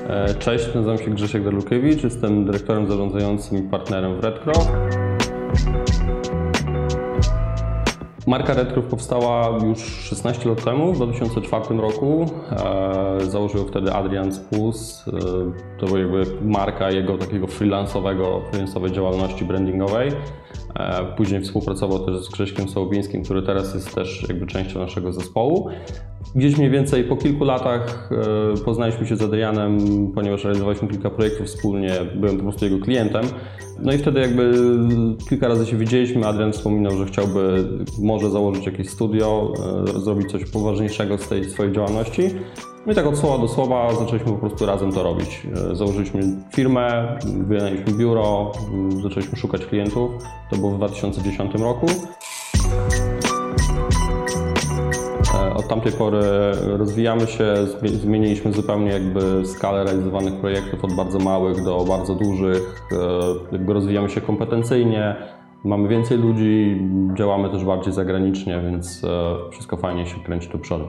Cześć, nazywam się Grzesiek Dalukiewicz, jestem dyrektorem zarządzającym i partnerem w Redcrow. Marka Redcrow powstała już 16 lat temu, w 2004 roku. Założył wtedy Adrian Spus. To była jakby marka jego takiego freelansowej działalności brandingowej. Później współpracował też z Grześkiem Sołowińskim, który teraz jest też jakby częścią naszego zespołu. Gdzieś mniej więcej po kilku latach poznaliśmy się z Adrianem, ponieważ realizowaliśmy kilka projektów wspólnie, byłem po prostu jego klientem. No i wtedy jakby kilka razy się widzieliśmy, Adrian wspominał, że chciałby może założyć jakieś studio, zrobić coś poważniejszego z tej swojej działalności. No i tak od słowa do słowa zaczęliśmy po prostu razem to robić. Założyliśmy firmę, wynajęliśmy biuro, zaczęliśmy szukać klientów. To było w 2010 roku. Od tamtej pory rozwijamy się, zmieniliśmy zupełnie jakby skalę realizowanych projektów od bardzo małych do bardzo dużych. Jakby rozwijamy się kompetencyjnie, mamy więcej ludzi, działamy też bardziej zagranicznie, więc wszystko fajnie się kręci do przodu.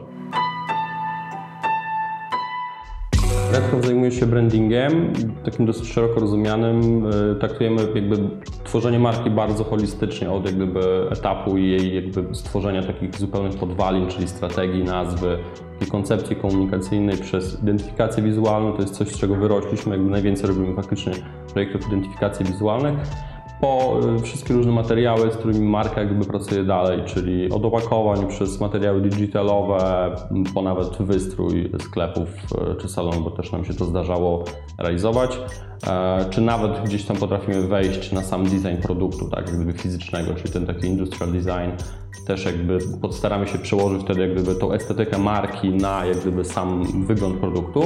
Redcrow zajmuje się brandingiem, takim dosyć szeroko rozumianym. Traktujemy jakby tworzenie marki bardzo holistycznie, od jak gdyby etapu jej jakby stworzenia takich zupełnych podwalin, czyli strategii, nazwy, takiej koncepcji komunikacyjnej przez identyfikację wizualną. To jest coś, z czego wyrośliśmy, jakby najwięcej robimy faktycznie projektów identyfikacji wizualnych. Po wszystkie różne materiały, z którymi marka jakby pracuje dalej, czyli od opakowań przez materiały digitalowe, po nawet wystrój sklepów czy salonów, bo też nam się to zdarzało realizować, czy nawet gdzieś tam potrafimy wejść na sam design produktu, tak, jak gdyby fizycznego, czyli ten taki industrial design. Też jakby staramy się przełożyć wtedy jak gdyby tą estetykę marki na jak gdyby sam wygląd produktu.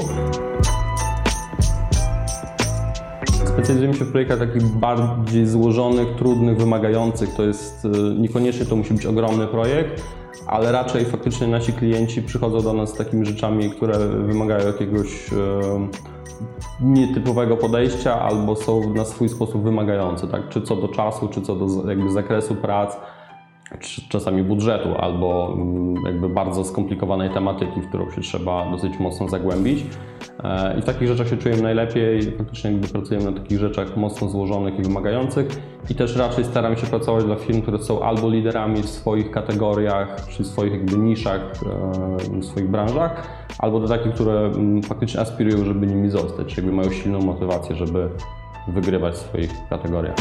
Specjalizujemy się w projektach takich bardziej złożonych, trudnych, wymagających. To jest niekoniecznie to musi być ogromny projekt, ale raczej faktycznie nasi klienci przychodzą do nas z takimi rzeczami, które wymagają jakiegoś nietypowego podejścia albo są na swój sposób wymagające, tak? Czy co do czasu, czy co do jakby zakresu prac, czy czasami budżetu, albo jakby bardzo skomplikowanej tematyki, w którą się trzeba dosyć mocno zagłębić. I w takich rzeczach się czujemy najlepiej, faktycznie jakby pracujemy na takich rzeczach mocno złożonych i wymagających i też raczej staramy się pracować dla firm, które są albo liderami w swoich kategoriach, czy w swoich jakby niszach, w swoich branżach, albo do takich, które faktycznie aspirują, żeby nimi zostać, czyli jakby mają silną motywację, żeby wygrywać w swoich kategoriach.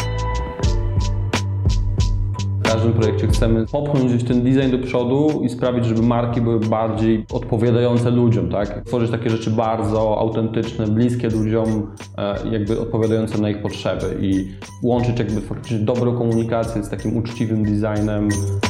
W każdym projekcie chcemy popchnąć ten design do przodu i sprawić, żeby marki były bardziej odpowiadające ludziom, tak? Tworzyć takie rzeczy bardzo autentyczne, bliskie ludziom, jakby odpowiadające na ich potrzeby i łączyć jakby faktycznie dobrą komunikację z takim uczciwym designem.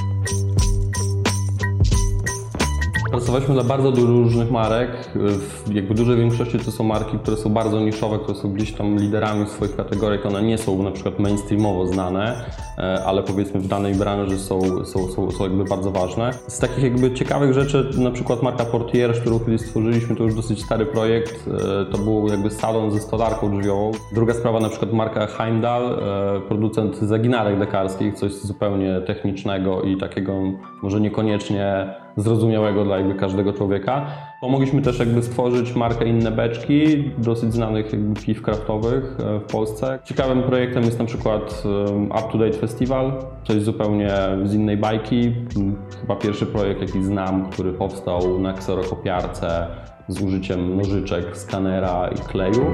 Pracowaliśmy dla bardzo różnych marek. W jakby dużej większości to są marki, które są bardzo niszowe, które są gdzieś tam liderami w swoich kategoriach. One nie są na przykład mainstreamowo znane, ale powiedzmy w danej branży są jakby bardzo ważne. Z takich jakby ciekawych rzeczy, na przykład marka Portier, którą kiedyś stworzyliśmy, to już dosyć stary projekt. To był jakby salon ze stolarką drzwiową. Druga sprawa, na przykład marka Heimdall, producent zaginarek dekarskich, coś zupełnie technicznego i takiego może niekoniecznie zrozumiałego dla jakby każdego człowieka. Pomogliśmy też jakby stworzyć markę Inne Beczki, dosyć znanych jakby piw kraftowych w Polsce. Ciekawym projektem jest na przykład Up to Date Festival, coś zupełnie z innej bajki. Chyba pierwszy projekt, jaki znam, który powstał na kserokopiarce z użyciem nożyczek, skanera i kleju.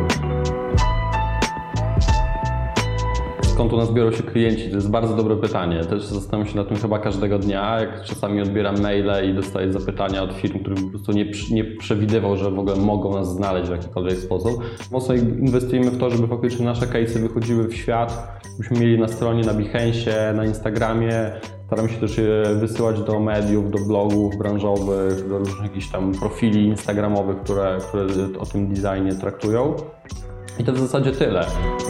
Skąd u nas biorą się klienci? To jest bardzo dobre pytanie. Też zastanawiam się nad tym chyba każdego dnia, jak czasami odbieram maile i dostaję zapytania od firm, które po prostu nie przewidywał, że w ogóle mogą nas znaleźć w jakikolwiek sposób. Mocno inwestujemy w to, żeby faktycznie nasze case'y wychodziły w świat. Byśmy mieli na stronie, na Behance'ie, na Instagramie. Staramy się też je wysyłać do mediów, do blogów branżowych, do różnych jakichś tam profili instagramowych, które o tym designie traktują. I to w zasadzie tyle.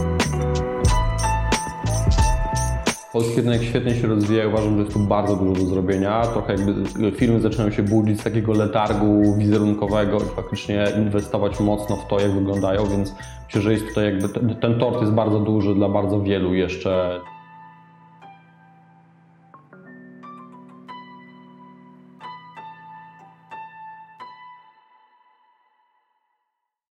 Polski rynek świetnie się rozwija, uważam, że jest tu bardzo dużo do zrobienia. Trochę jakby firmy zaczynają się budzić z takiego letargu wizerunkowego i faktycznie inwestować mocno w to, jak wyglądają, więc myślę, że jest tutaj jakby ten tort jest bardzo duży dla bardzo wielu jeszcze.